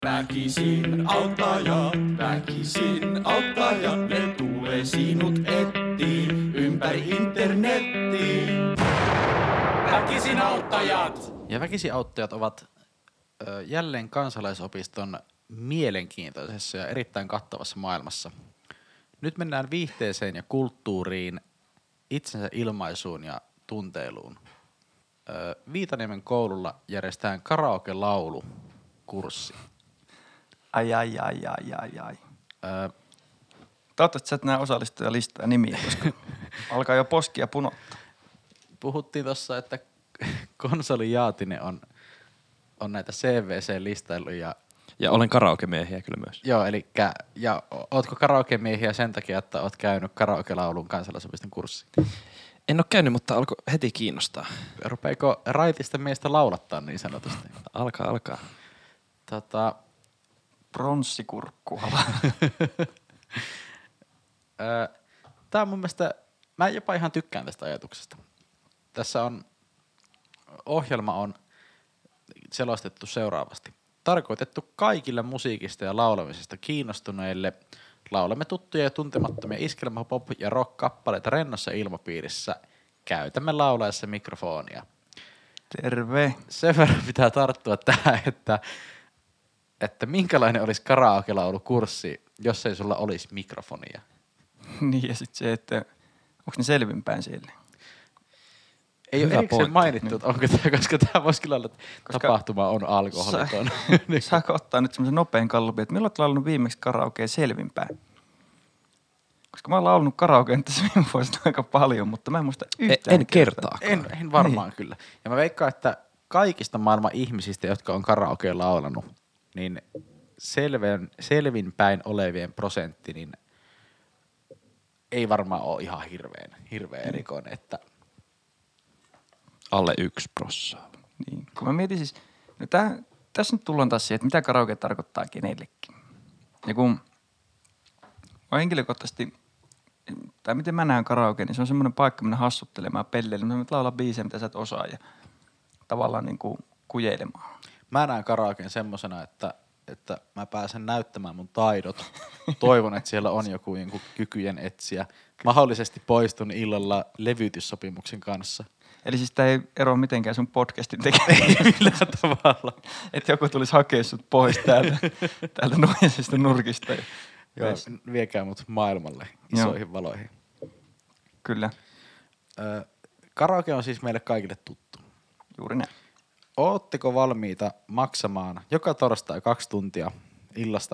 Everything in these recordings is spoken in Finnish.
Väkisin auttajat, ne tulee sinut etsiin ympäri internettiin. Väkisin auttajat! Ja Väkisin auttajat ovat jälleen kansalaisopiston mielenkiintoisessa ja erittäin kattavassa maailmassa. Nyt mennään viihteeseen ja kulttuuriin, itsensä ilmaisuun ja tunteiluun. Viitaniemen koululla järjestetään karaoke-laulukurssi. Ai. Toivottavasti sä et näe osallistujalistaa nimiä, koska alkaa jo poskia punottaa. Puhuttiin tossa, että Konsoli Jaatinen on näitä CVC-listailuja. Ja olen karaoke-miehiä kyllä myös. Joo, elikkä, ja ootko karaoke-miehiä sen takia, että oot käynyt karaoke-laulun kansalaisopiston kurssi? En ole käynyt, mutta alkoi heti kiinnostaa. Rupeeko raitista miestä laulattaa niin sanotusti? Alkaa. Pronssikurkkua. Tää on mun mielestä, mä jopa ihan tykkään tästä ajatuksesta. Tässä ohjelma on selostettu seuraavasti. Tarkoitettu kaikille musiikista ja laulamisesta kiinnostuneille. Laulamme tuttuja ja tuntemattomia iskelmä, pop ja rock-kappaleita rennossa ilmapiirissä. Käytämme laulaessa mikrofonia. Terve. Sen verran pitää tarttua tähän, että minkälainen olisi karaoke-laulukurssi, jos ei sulla olisi mikrofonia. Niin ja sitten se, että onko ne selvinpäin siellä? Ei ole erikseen mainittu, että onko tämä, koska tämä voisi kyllä olla, että tapahtuma on alkoholiton. Saako ottaa nyt semmoisen nopean kallupin, että milloin olet laulanut viimeksi karaokea selvinpäin? Koska mä oon laulanut karaokeen tässä viime vuosina aika paljon, mutta mä en muista yhtään. En kertaakaan. En varmaan kyllä. Ja mä veikkaan, että kaikista maailman ihmisistä, jotka on karaokea laulanut, niin selvinpäin olevien prosentti, niin ei varmaan ole ihan hirveän erikoinen, että Alle 1%. Niin, kun mä mietin siis, no tässä nyt tullaan taas siihen, että mitä karaoke tarkoittaa kenellekin. Ja kun mä henkilökohtaisesti, tai miten mä näen karaoke, niin se on semmoinen paikka, minä hassuttelemaan pelleilemään, mä laulaa biisejä, mitä sä et osaa ja tavallaan niin kuin kujeilemaan. mä näen karaokeen semmosena, että mä pääsen näyttämään mun taidot. Toivon, että siellä on joku kykyjen etsiä. Mahdollisesti poistun illalla levytyssopimuksen kanssa. Eli siis tää ei eroa mitenkään sun podcastin tekemään millään tavalla. Että joku tulisi hakea sut pois täältä nojaisesta nurkista. Joo, viekää mut maailmalle isoihin valoihin. Kyllä, Karaoke on siis meille kaikille tuttu. juuri näin. Ootteko valmiita maksamaan joka torstai 2 tuntia illasta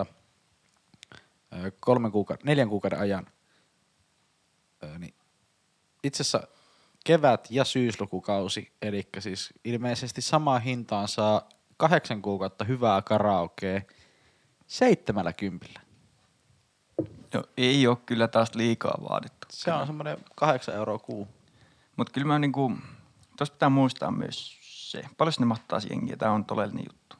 4 kuukauden ajan? Niin itse asiassa kevät- ja syyslukukausi, eli siis ilmeisesti samaan hintaan saa 8 kuukautta hyvää karaokea 70. No, ei ole kyllä taas liikaa vaadittu. Se on semmoinen 8 € kuu. Mutta kyllä mä niinku, tuossa pitää muistaa myös se. Paljon ne mahtaa jengiä? Tää on todellinen juttu.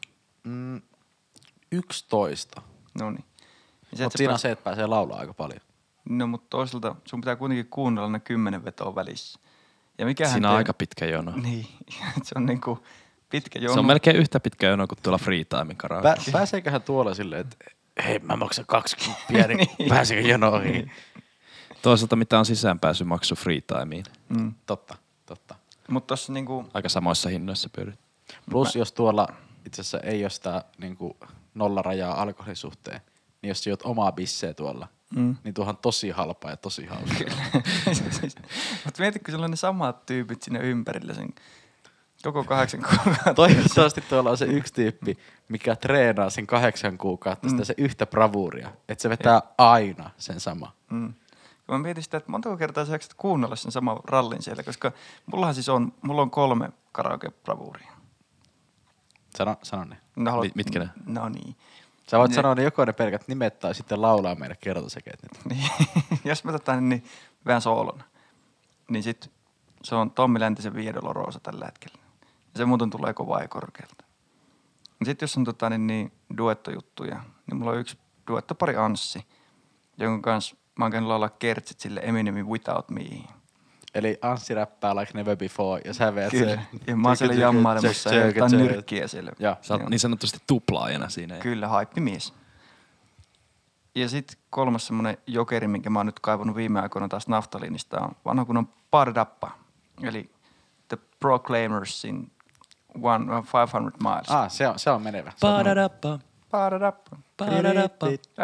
11. Noniin. Mutta siinä on se, että pääsee laulaa aika paljon. No, mutta toisaalta sun pitää kuitenkin kuunnella ne 10 vetoa välissä. Ja mikähän Siinä on aika pitkä jono. Niin, se on niinku pitkä jono. Se on melkein yhtä pitkä jono kuin tuolla Free Timen karaoke. Pääseeköhän tuolla silleen, että hei mä maksan 20, niin pääseekö jono ohi? Toisaalta mitä on sisäänpääsymaksu Free Timeen. Totta. Mutta tossa niinku, Aika samoissa hinnoissa pyörit. Plus jos tuolla itse asiassa ei ole sitä niinku nollarajaa alkoholin suhteen, niin jos juot omaa bisseä tuolla, niin tuohan tosi halpaa ja tosi hauska. mutta mietitkö siellä on ne samat tyypit sinne ympärillä sen koko 8 kuukautta. Toivottavasti tuolla on se yksi tyyppi, mikä treenaa sen 8 kuukautta sitä se yhtä bravuuria, että se vetää aina sen sama. Mä mietin sitä, että montako kertaa sä jaksat kuunnella sen saman rallin siellä, koska mulla on 3 karaoke-bravuuria. Sano ne. Mitkä ne? No niin. Sä voit sanoa ne joko ne pelkät nimet tai sitten laulaa meille kertosäkeet nyt. Niin, jos mä niin vähän soolona, niin sit se on Tommi Läntisen Via Dolorosa tällä hetkellä. Ja se muuten tulee kovaa ja korkealta. Sitten jos on niin duettojuttuja, niin mulla on yksi duettopari Anssi, jonka kanssa mä oon käynyt laulaa kertsit sille Eminemin Without Me. Eli Anssi räppää like never before ja sä veet Kyllä. se. Ja mä oon siellä jammailemassa ja jotain nyrkkiä siellä. Joo. Sä oot niin sanotusti tuplaajana siinä. Kyllä, haippimies. Ja sit kolmas semmonen jokeri, minkä mä oon nyt kaivannut viime aikoina taas naftaliinista, on vanha kunnon Pardappa. Eli The Proclaimersin 500 Miles. Se on menevä. Padadappa, Pardappa. padadappa.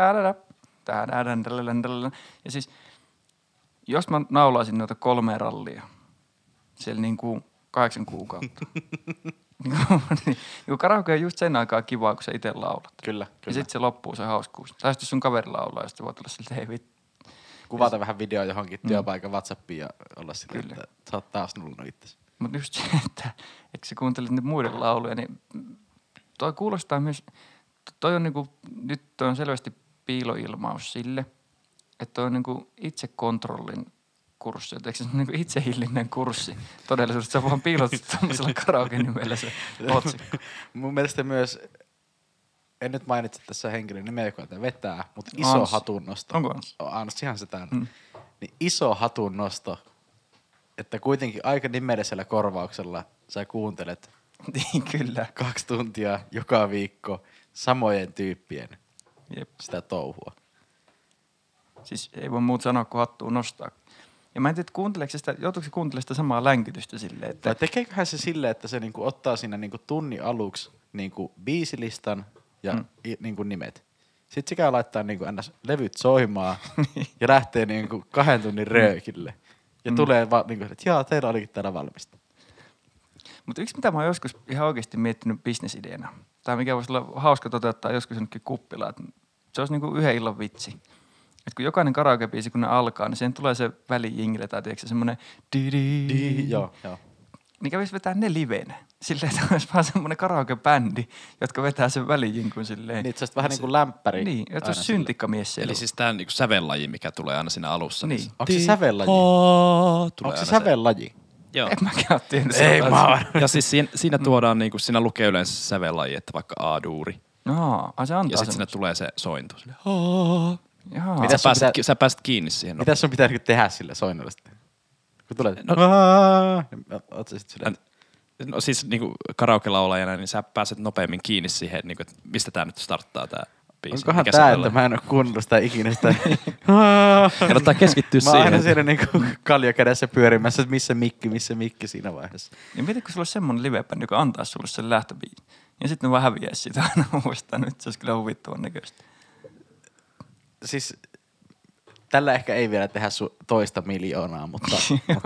Ja siis, jos mä naulaisin noita 3 rallia, siellä niinku 8 kuukautta. niin karaoke on just sen aikaa kivaa, kun sä itse laulat. Kyllä. Ja sit se loppuu se hauskuus. Tai jos sun kaveri laulaa, ja sitten voi tulla siltä, hei vittu. Kuvata vähän video johonkin työpaikan WhatsAppiin ja olla sillä, että sä oot taas nullunut itsesi. Mutta just se, että sä kuuntelit niitä muiden lauluja, niin toi kuulostaa myös, toi on niinku, nyt toi on selvästi piiloilmaus sille, että toi on niinku itsekontrollin kurssi, että eikö se niinku itsehillinen kurssi. Todellisuudessa se on vaan piilotettu tämmöisellä karaoke-nimellä se otsikko. Mun mielestä myös, en nyt mainitse tässä henkilön nimeä, joka tätä vetää, mutta iso Anssi. hatunnosto. Onko Anssi? Anssihan se tää on. Niin iso hatunnosto, että kuitenkin aika nimellisellä korvauksella sä kuuntelet Niin, kyllä. 2 tuntia joka viikko samojen tyyppien Jep. sitä touhua. Siis ei voi muuta sanoa, kuin hattuun nostaa. Ja mä en tiedä, joutuuko se kuuntelemaan sitä samaa länkytystä silleen, että Tai tekeeköhän se silleen, että se niinku ottaa siinä niinku tunnin aluksi niinku biisilistan ja niinku nimet. Sitten se käy laittaa niinku ns. Levyt soimaan ja lähtee niinku 2 tunnin röökille. Ja tulee vaan niinku, että jaa, teillä olikin täällä valmista. Mutta yksi, mitä mä oon joskus ihan oikeasti miettinyt bisnesideana, tai mikä voisi olla hauska toteuttaa joskus jonnekin kuppilaan, että se olisi niinku yhden illan vitsi. Että kun jokainen karaoke-biisi, kun ne alkaa, niin siihen tulee se välijingle tai tiedätkö semmoinen Joo. niin kävisi vetää ne livenä. Silleen, että olisi vaan semmoinen karaoke-bändi, jotka vetää sen välijinkun silleen. Niin, se olisi vähän niin kuin lämpäri. Niin, että se olisi syntikkamies siellä. Eli siis tää on niinku sävellaji, mikä tulee aina siinä alussa. Niin. Onko se sävellaji? Onko se sävellaji? Joo. En mäkään ole tiennyt. Ei mä Ja siis siinä tuodaan niinku, siinä lukee yleensä sävellaji, että vaikka A-duuri. No, se antaa Ja sitten sinne tulee se sointu. Silleen, Jaa. Mitä sä pääset kiinni siihen. Mitä sun pitää tehdä sillä soinnulla sitten? Kun tulee, oot sä sit silleen, No siis niinku karaoke-laulajana, niin sä pääset nopeammin kiinni siihen, niinku, että mistä tää nyt starttaa tää biisi. onkohan Mikä tää, sävellaji? että mä en oo kuunnellut sitä ikinä sitä. Kannattaa keskittyä Mä oon aina siihen. siellä niinku kalja kädessä pyörimässä, että missä mikki siinä vaiheessa. Ja mieti, kun sulla olisi semmoinen livebändi, joka antaa sulle sen lähtöbiin. Ja sitten ne vaan häviäisi sitä aina uudestaan. Nyt se olisi kyllä huvittavan näköistä. Siis tällä ehkä ei vielä tehdä 2 miljoonaa, mutta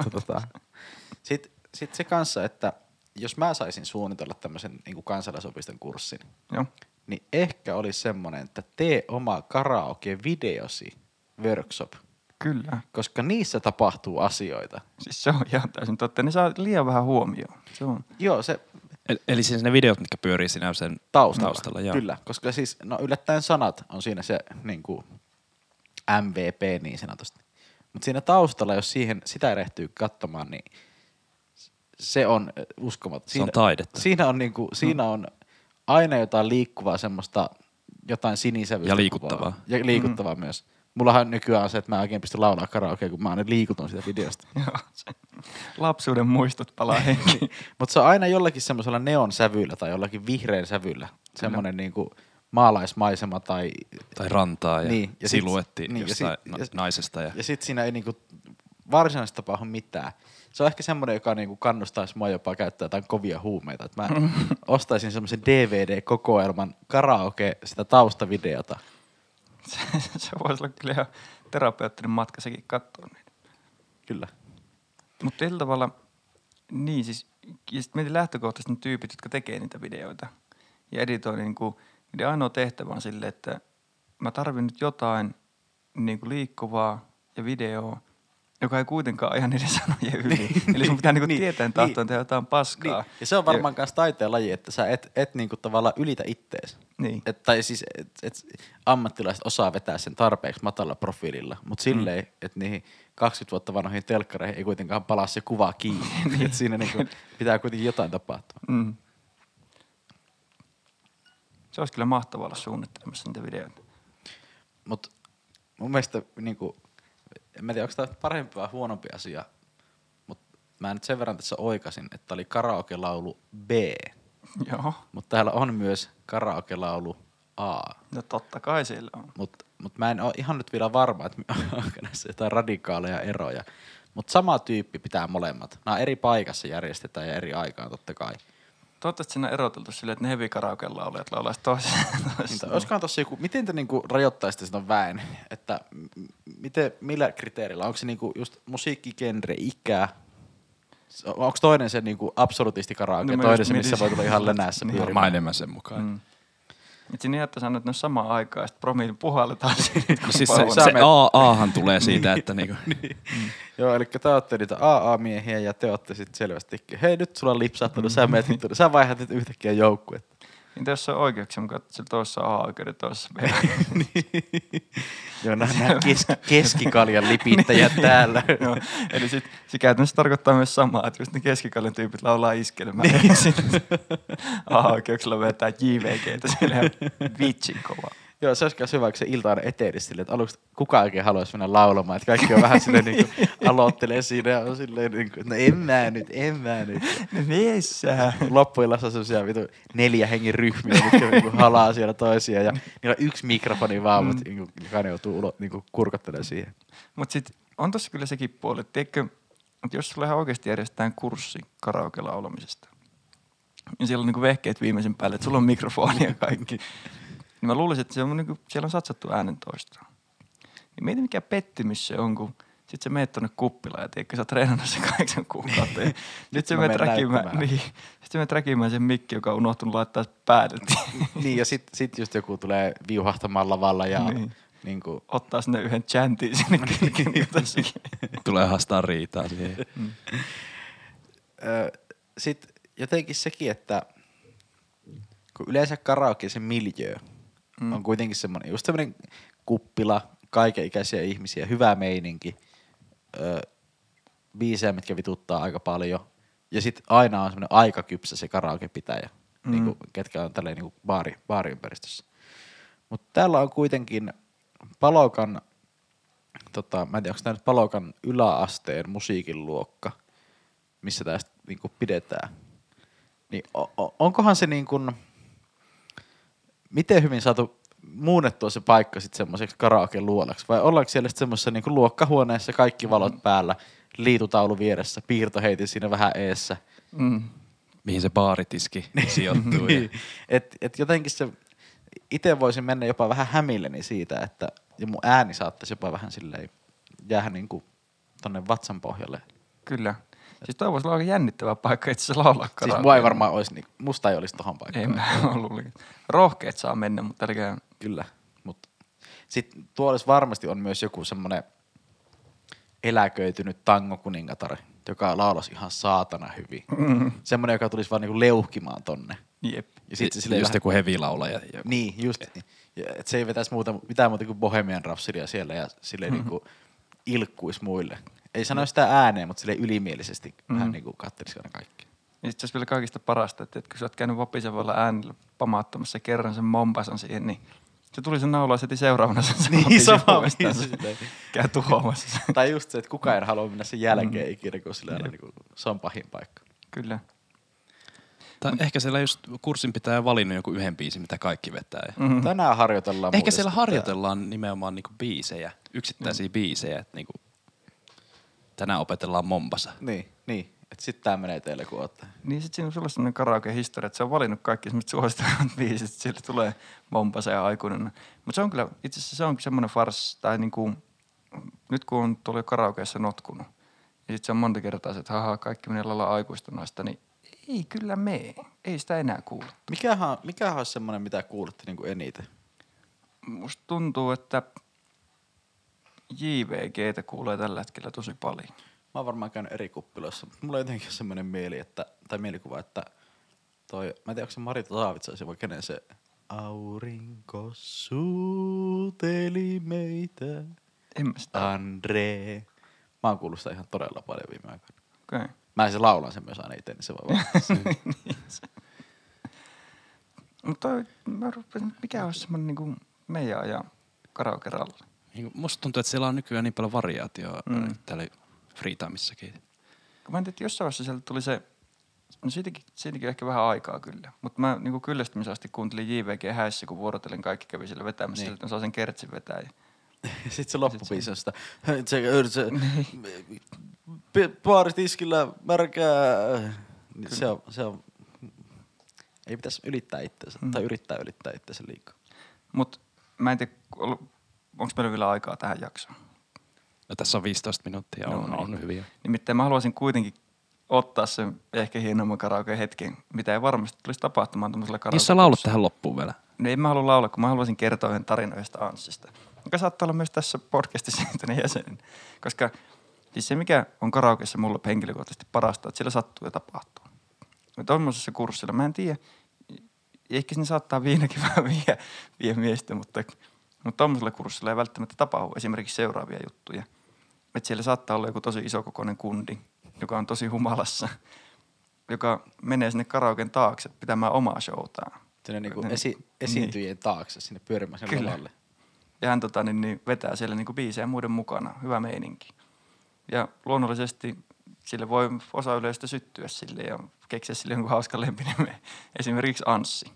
sit se kanssa, että jos mä saisin suunnitella tämmöisen niin kansalaisopiston kurssin, Joo. niin ehkä olisi semmoinen, että tee oma karaoke-videosi workshop, Kyllä. koska niissä tapahtuu asioita. Siis se on ihan täysin totta. Ne saa liian vähän huomioon. Se on. Joo, se Eli siis ne videot, mitkä pyörii siinä sen taustalla joo. kyllä, koska siis no yllättäen sanat on siinä se niinku MVP niin sanotusti. Mutta siinä taustalla, jos sitä erehtyy katsomaan, niin se on uskomaton. Se on taidetta. Siinä on aina jotain liikkuvaa semmoista, jotain sinisävyistä. Ja liikuttavaa. kuvaa. Ja liikuttavaa myös. Mullahan nykyään on se, että mä oikein pystyn laulaa karaokea, kun mä aina liikutun sitä videosta. Joo, se lapsuuden muistot palaa henkiin. Mutta se on aina jollakin semmoisella neon sävyllä tai jollakin vihreän sävyllä. Semmoinen niinku maalaismaisema tai rantaa ja, Niin, ja siluetti sit- niin, jostain ja sit- naisesta. Ja sit siinä ei niinku varsinaisesti tapahdu mitään. Se on ehkä semmoinen, joka niinku kannustaisi mua jopa käyttää jotain kovia huumeita. Et mä ostaisin semmoisen DVD-kokoelman karaoke sitä taustavideota. Se voisi olla kyllä ihan terapeuttinen matka sekin katsoa niitä. Kyllä. Mutta tällä tavalla, niin siis, ja sitten mietin lähtökohtaisesti ne tyypit, jotka tekee niitä videoita ja editoi niinku, niiden ainoa tehtävä on silleen, että mä tarvin nyt jotain niinku liikkuvaa ja videoa, joka ei kuitenkaan aja niiden sanojen yli. Eli sun pitää niinku tieteen tahtoon tehdä jotain paskaa. Niin. Ja se on varmaan myös taiteen laji, että sä et niinku tavallaan ylitä ittees. Niin. Tai siis, et ammattilaiset osaa vetää sen tarpeeksi matala profiililla, mutta silleen, että niihin 20 vuotta vanhoihin telkkareihin ei kuitenkaan palaa se kuva kiinni. Että siinä niinku pitää kuitenkin jotain tapahtua. Mm. Se olisi kyllä mahtavaa olla suunnittelemassa niitä videoita. Mutta mun mielestä, niinku, en mä tiedä, onko tämä parempi vai huonompi asia, mä nyt sen verran tässä oikasin, että oli karaoke-laulu B, Joo. mutta täällä on myös karaoke-laulu A. No totta kai siellä on. Mut mä en ole ihan nyt vielä varma, että onko näissä jotain radikaaleja eroja. Mutta sama tyyppi pitää molemmat. Nämä eri paikassa järjestetään ja eri aikaan totta kai. Toivottavasti siinä on eroteltu silleen, että ne heavy karaoken laulajat laulaisi toiseen. Niin, olisikohan tossa joku, miten te niinku rajoittaisitte sitä väen? Että millä kriteerillä? Onko se niinku just musiikkigenre, ikä? Onko toinen se niinku absolutisti karaoke, No, toinen se, missä voi tulla ihan länässä Niin. pyörimään? Varmaan enemmän sen mukaan. Mm. Et siinä jättä sanoa, että ne on samaan aikaan, ja sitten promiilin puhalletaan siitä. No siis Pauhan. se AAhan tulee siitä, että niinku... Joo, eli te ootte niitä AA-miehiä ja te ootte sit selvästikin, hei nyt sulla on lipsahtanut, sä meet nyt, sä vaihdat nyt yhtäkkiä joukkuetta. Niin jos se on oikeuksia mukaan, että sillä toisessa on A-oikeuden, toisessa B. Joo, nämä keskikaljan lipittäjät täällä. Joo, eli sit se käytännössä tarkoittaa myös samaa, että just ne keskikaljan tyypit laulaa iskelmään. Niin. A-oikeuksilla vetää JVGtä siellä ihan vitsin kovaa. Joo, se olisi myös hyvä, kun se ilta on eteerissä silleen, että aluksi kukaan oikein haluaisi mennä laulamaan, että kaikki on vähän silleen niin kuin aloittelee siinä ja on silleen niin kuin, että no en mä nyt. No missä? Loppuillassa on semmosia vitu 4 hengen ryhmiä, mitkä niinku halaa siellä toisia ja niillä on yksi mikrofoni vaan, mutta niinku jokainen joutuu niinku kurkottelemaan siihen. Mut sit on tossa kyllä sekin puoli, että tiedätkö, että jos sulle ihan oikeasti järjestetään kurssi karaoke-laulamisesta, niin siellä on niinku vehkeet viimeisen päälle, että sulla on mikrofoni ja kaikki. Niin mä luulisin, että se on niinku, siellä on satsattu äänentoistoon. Niin mieti mikä pettymys se on, kun sit sä meet tonne kuppilaan ja tiedätkö, sä oot treenannut sen 8 kuukautta. Ja nyt sä meet räkimään sen mikki, joka on unohtunut laittaa päälle. Niin ja sit just joku tulee viuhahtamaan lavalla ja niinku... Ottaa sinne yhden chantin sinne kylkeen. Tulee haastaa riitaa siihen. Sitten jotenkin sekin, että kun yleensä karaoke se miljöö on kuitenkin semmoinen, just semmoinen kuppila, kaikenikäisiä ihmisiä, hyvä meininki, biisejä, mitkä vituttaa aika paljon. Ja sitten aina on semmoinen aika kypsä se karaokepitäjä, niinku, ketkä on tälleen niinku baariympäristössä. Mutta täällä on kuitenkin Palokan, mä en tiedä, onko tämä nyt Palokan yläasteen musiikin luokka, missä tästä niinku pidetään. Niin onkohan se niinku, miten hyvin saatu muunnettua se paikka sitten semmoiseksi karaoke-luolaksi? Vai ollaanko siellä sitten semmoisessa niinku luokkahuoneessa, kaikki valot päällä, liitutaulu vieressä, piirtoheitin siinä vähän eessä? Mihin se baaritiski sijoittuu. Niin. Et jotenkin se, itse voisin mennä jopa vähän hämilleni siitä, että ja mun ääni saattaisi jopa vähän silleen jäädä niinku tonne vatsan pohjalle. Kyllä. Siis toi voisi olla aika jännittävä paikka itse asiassa laulaa karaokea. Siis mua ei varmaan olisi, niin, musta ei olisi tohon paikkaan. Ei mä luulin. Rohkeet saa mennä, mutta älkää... Kyllä, mutta sitten tuolla olisi varmasti on myös joku semmonen eläköitynyt tangokuningatar, joka laulasi ihan saatana hyvin. Semmonen, joka tulisi vaan niinku leuhkimaan tonne. Jep. Ja sit se just joku heavy-laulaja. Niin, just. Et se ei vetäisi mitään muuta kuin Bohemian Rhapsodia siellä ja silleen niinku ilkkuisi muille. Ei sano sitä ääneen, mutta silleen ylimielisesti vähän niinku kattelisi aina kaikki. Ja sit se olisi vielä kaikista parasta, että kun sä oot käynyt vapisevalla äänellä pamaattamassa kerran sen Mombasan siihen, niin se tuli sen naulaa heti seuraavana sen Niin, sama biisi. Käy tuhoamassa. Tai just se, että kukaan ei halua mennä sen jälkeen ikinä, kun sillä niinku, se on pahin paikka. Kyllä. Tai ehkä siellä just kurssin pitää valinnut joku yhden biisin, mitä kaikki vetää. Tänään harjoitellaan Ehkä muuten siellä sitä. harjoitellaan nimenomaan niinku biisejä, yksittäisiä biisejä. Että niinku, tänään opetellaan Mombasa. Niin. Että sit tää menee teille, kun ootte. Niin sit siinä on sulla sellainen karaoke-historia, että se on valinnut kaikki semmoiset suositelevat biisit, että sille tulee Mombasa ja aikuinen. Mutta se on kyllä, itse asiassa se on semmoinen fars, tai niinku, nyt kun on tuolla karaokeessa notkunut, ja sit se on monta kertaa se, että kaikki menee lailla aikuista naista, niin ei kyllä mee. Ei sitä enää kuule. Mikähän olisi semmoinen, mitä kuulette niinku eniten? Musta tuntuu, että JVGtä kuulee tällä hetkellä tosi paljon. Mä oon varmaan käynyt eri kuppiloissa, mutta mulla on jotenkin semmoinen mielikuva, että toi, mä en tiedä, onko se Marita Taavitsaisen vai kenen se aurinko suuteli meitä, En mä sitä. Andre. Mä oon kuullut sitä ihan todella paljon viime aikoina. Okei. Okay. Mä en se laulan sen myös aina itse, niin se voi vaan. Mutta mä rupesin, mikä olisi semmoinen niinku meidän ajan karaoke-ralli? Musta tuntuu, että siellä on nykyään niin paljon variaatioa täällä freetimissakin. Kun mä en tiedä, että jossain vaiheessa sieltä tuli se, no siitäkin ehkä vähän aikaa kyllä. Mutta mä niin kyllästymisen asti kuuntelin JVG häissä, kun vuorotellen kaikki kävi siellä vetämässä. Niin. Sieltä mä saa sen kertsin vetää. Sitten se loppubiisi on sitä. Baaritiskillä märkää. Se on. Ei pitäisi ylittää itseänsä tai yrittää ylittää itseänsä liikaa. Mut mä en tiedä, onko meillä vielä aikaa tähän jaksoon? No tässä on 15 minuuttia, on hyviä. Nimittäin mä haluaisin kuitenkin ottaa sen ehkä hienomman karaoke hetken, mitä ei varmasti tulisi tapahtumaan tuollaisella karaoke. Jos sä laulat tähän loppuun vielä. No en mä halua laulaa, kun mä haluaisin kertoa yhden tarinan yhdestä Anssista, joka saattaa olla myös tässä podcastissa yhtenä jäsenen. Koska siis se, mikä on karaokeessa mulle henkilökohtaisesti parasta, että sillä sattuu ja tapahtuu. Tuommoisessa kurssilla, mä en tiedä, ehkä sinne saattaa viinäkin vähän vie miestä, mutta tuommoisella kurssilla ei välttämättä tapahdu esimerkiksi seuraavia juttuja. Että siellä saattaa olla joku tosi isokokoinen kundi, joka on tosi humalassa, joka menee sinne karaoken taakse pitämään omaa showtaan. Sinne niinku esiintyjien taakse, sinne pyörimään sen lavalle. Ja hän vetää siellä niinku biisejä muiden mukana. Hyvä meininki. Ja luonnollisesti sille voi osa yleistä syttyä sille ja keksiä sille jonkun hauskan lempinimen. Esimerkiksi Anssi.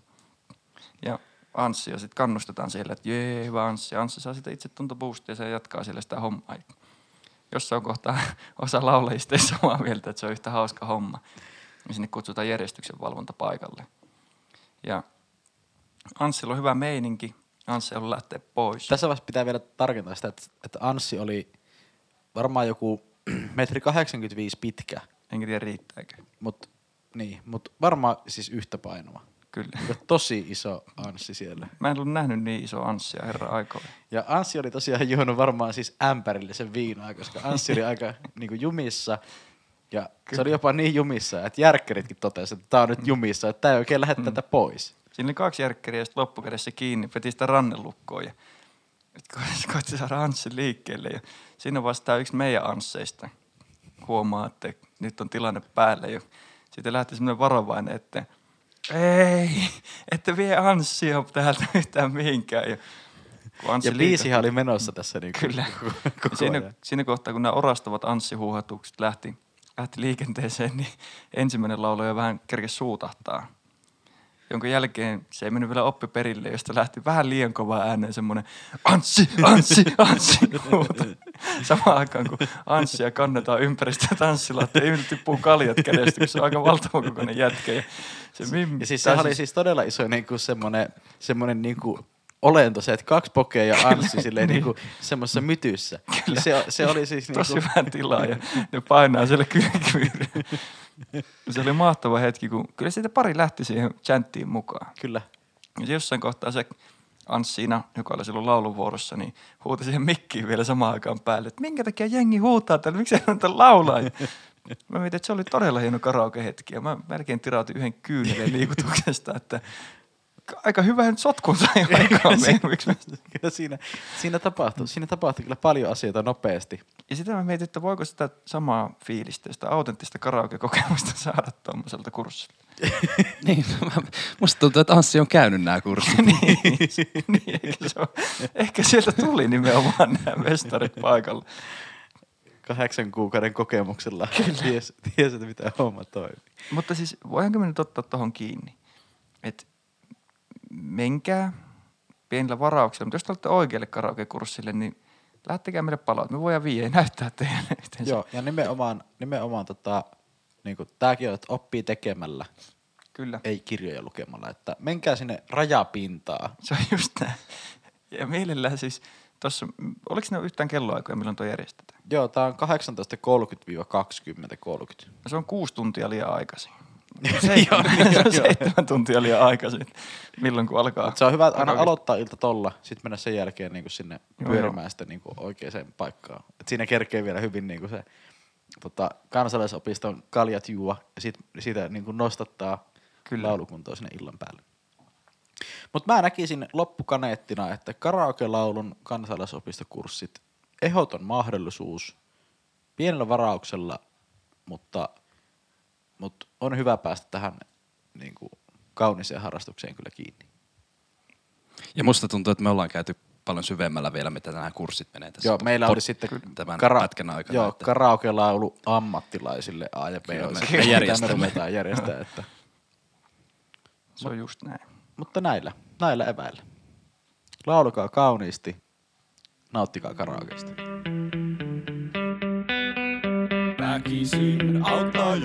Ja Anssia sitten kannustetaan siellä, että jee, hyvä Anssi. Anssi saa sitä itsetuntoboostia ja se jatkaa siellä sitä hommaa. Jossain kohtaa osa laulajista ei samaa mieltä, että se on yhtä hauska homma. Ja sinne kutsutaan järjestyksen valvonta paikalle. Ja Anssilla on hyvä meininki. Anssi on lähteä pois. Tässä vaiheessa pitää vielä tarkentaa sitä, että Anssi oli varmaan joku 1,85 metriä pitkä. Enkä tiedä riittääkö. Mut varmaan siis yhtä painava. Kyllä. Tosi iso Anssi siellä. Mä en ollut nähnyt niin iso Anssia herra aikoina. Ja Anssi oli tosiaan juonut varmaan siis ämpärillisen viinaa, koska Anssi oli aika niinku jumissa. Ja se oli jopa niin jumissa, että järkkäritkin totesivat, että tää on nyt jumissa, että tää ei oikein lähde tätä pois. Siinä oli 2 järkkäriä ja sitten loppukädessä kiinni, veti sitä rannelukkoon ja koitti saada Anssin liikkeelle. Ja siinä vasta yksi meidän Ansseista huomaa, että nyt on tilanne päällä jo. Sitten lähti semmoinen varovainen, että ei, että vie Anssia täältä yhtään mihinkään. Ja biisihän oli menossa tässä niin kyllä. Siinä kohtaa, kun nämä orastavat Anssi-huuhatukset lähti liikenteeseen, niin ensimmäinen laulaja vähän kerkesi suutahtaa. Jonka jälkeen se ei mennyt vielä oppiperille, josta lähti vähän liian kova ääneen semmoinen Anssi, Anssi, Anssi huuto. Samaan aikaan, kun Anssia kannetaan ympäri sitä tanssilattia, ei ihmiset tippuu kaljat kädestä, kun se on aika valtavan kokoinen jätkä. Ja siis sehän oli siis todella iso niinku semmoinen niinku olento se, että 2 pokea ja Anssi silleen niinku semmoisessa mytyssä. Se oli siis tosi vähän tilaa ja ne painaa siellä kyyryyn. Se oli mahtava hetki, kun kyllä siitä pari lähti siihen chanttiin mukaan. Kyllä. Ja jossain kohtaa se Anssiina, joka oli silloin lauluvuorossa, niin huuti siihen mikkiin vielä samaan aikaan päälle, että minkä takia jengi huutaa täällä, miksi ei anta laulaa. Ja mä mietin, että se oli todella hieno karaoke-hetki ja mä melkein tirautin yhden kyynelen liikutuksesta, että aika hyvän sotkun sai aikaan. Siinä tapahtui kyllä paljon asioita nopeasti. Ja sitä mä mietin, että voiko sitä samaa fiilistä, sitä autenttista karaoke-kokemusta saada tuommoiselta kurssilta. Niin, musta tuntuu, että Anssi on käynyt nämä kurssit. niin ehkä sieltä tuli nimenomaan nämä mestarit paikalla. 8 kuukauden kokemuksella tiesi, että mitä homma toimii. Mutta siis voidaanko me nyt ottaa tuohon kiinni, että menkää pienillä varauksilla, mutta jos te olette oikealle karaoke-kurssille, niin lähtekää meille palaut. Me voidaan näyttää teille yhteensä. Joo, ja nimenomaan niin kuin tääkin on, että oppii tekemällä. Kyllä. Ei kirjoja lukemalla, että menkää sinne rajapintaa. Se on just näin. Ja mielellään siis tossa, oliko ne yhtään kelloaikoja, milloin tuo järjestetään? Joo, tää on 18.30–20.30. Se on 6 tuntia liian aikaisin. 7 tuntia liian aikaisin, milloin kun alkaa. Se on hyvä aina aloittaa ilta tolla, sit mennä sen jälkeen niinku sinne pyörimään sitä niinku oikeaan paikkaan. Et siinä kerkee vielä hyvin niinku se kansalaisopiston kaljat juua ja siitä niinku nostattaa laulukuntoa sinne illan päälle. Mut mä näkisin loppukaneettina, että karaoke-laulun kansalaisopistokurssit, ehdoton mahdollisuus, pienellä varauksella, mutta on hyvä päästä tähän niin kuin kauniseen harrastukseen kyllä kiinni. Ja musta tuntuu, että me ollaan käyty paljon syvemmällä vielä, mitä nämä kurssit menee tässä. Joo, meillä oli sitten tämän pätkän aikana. Joo, että karaoke-laulu ammattilaisille A ja B. Kyllä, on me sitten, järjestämme. mitä me ruvetaan järjestää. Että. Se on just näin. Mutta näillä eväillä. Laulukaa kauniisti, nauttikaa karaokeista. Väkisin auttaa